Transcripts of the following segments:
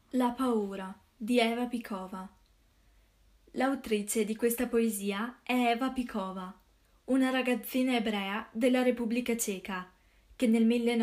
La paura di Eva Pikova. L'autrice di questa poesia è Eva Pikova, una ragazzina ebrea della Repubblica Ceca che nel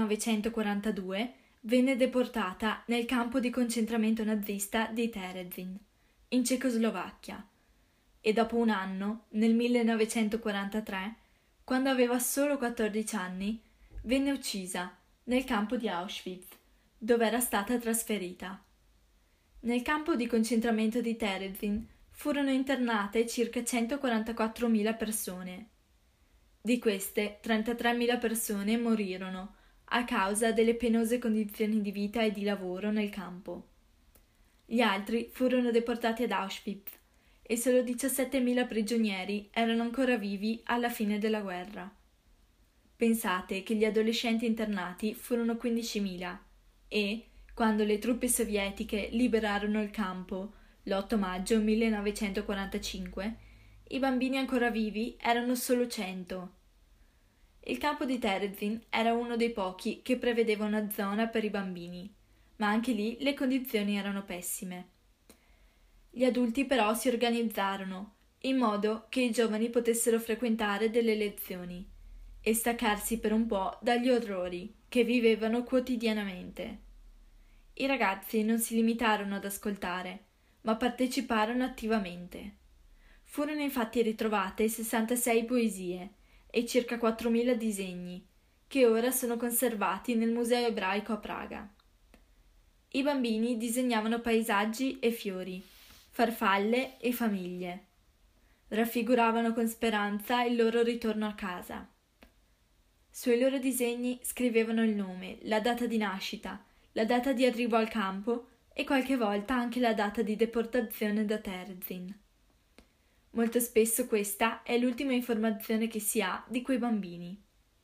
1942 venne deportata nel campo di concentramento nazista di Terezin, in Cecoslovacchia, e dopo un anno, nel 1943, quando aveva solo 14 anni, venne uccisa nel campo di Auschwitz, dove era stata trasferita. Nel campo di concentramento di Terezin furono internate circa 144.000 persone. Di queste, 33.000 persone morirono a causa delle penose condizioni di vita e di lavoro nel campo. Gli altri furono deportati ad Auschwitz e solo 17.000 prigionieri erano ancora vivi alla fine della guerra. Pensate che gli adolescenti internati furono 15.000 e, quando le truppe sovietiche liberarono il campo l'8 maggio 1945, i bambini ancora vivi erano solo 100. Il campo di Terezin era uno dei pochi che prevedeva una zona per i bambini, ma anche lì le condizioni erano pessime. Gli adulti però si organizzarono in modo che i giovani potessero frequentare delle lezioni e staccarsi per un po' dagli orrori che vivevano quotidianamente. I ragazzi non si limitarono ad ascoltare, ma parteciparono attivamente. Furono infatti ritrovate 66 poesie e circa 4.000 disegni, che ora sono conservati nel Museo ebraico a Praga. I bambini disegnavano paesaggi e fiori, farfalle e famiglie. Raffiguravano con speranza il loro ritorno a casa. Sui loro disegni scrivevano il nome, la data di nascita, la data di arrivo al campo e qualche volta anche la data di deportazione da Terezin. Molto spesso questa è l'ultima informazione che si ha di quei bambini.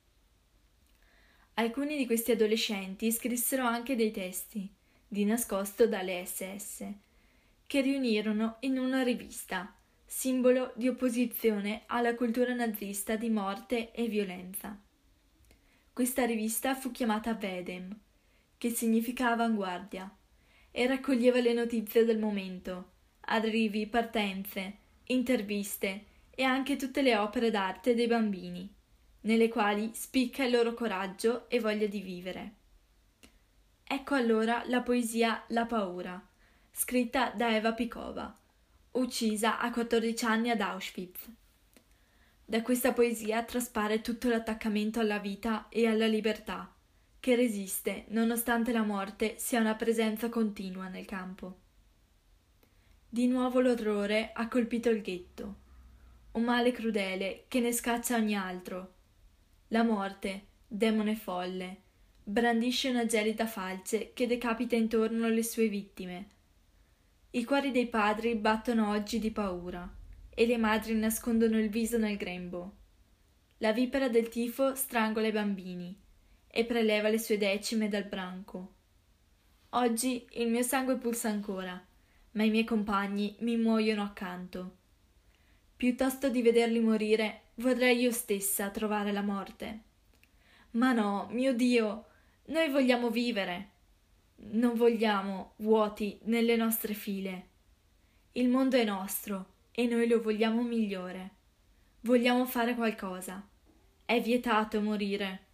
Alcuni di questi adolescenti scrissero anche dei testi, di nascosto dalle SS, che riunirono in una rivista, simbolo di opposizione alla cultura nazista di morte e violenza. Questa rivista fu chiamata Vedem, che significa avanguardia, e raccoglieva le notizie del momento, arrivi, partenze, interviste e anche tutte le opere d'arte dei bambini, nelle quali spicca il loro coraggio e voglia di vivere. Ecco allora la poesia La paura, scritta da Eva Pikova, uccisa a 14 anni ad Auschwitz. Da questa poesia traspare tutto l'attaccamento alla vita e alla libertà, che resiste nonostante la morte sia una presenza continua nel campo. Di nuovo l'orrore ha colpito il ghetto, un male crudele che ne scaccia ogni altro. La morte, demone folle, brandisce una gelida falce che decapita intorno le sue vittime. I cuori dei padri battono oggi di paura e le madri nascondono il viso nel grembo. La vipera del tifo strangola i bambini e preleva le sue decime dal branco. Oggi il mio sangue pulsa ancora, ma i miei compagni mi muoiono accanto. Piuttosto di vederli morire, vorrei io stessa trovare la morte. Ma no, mio Dio, noi vogliamo vivere. Non vogliamo vuoti nelle nostre file. Il mondo è nostro e noi lo vogliamo migliore. Vogliamo fare qualcosa. È vietato morire.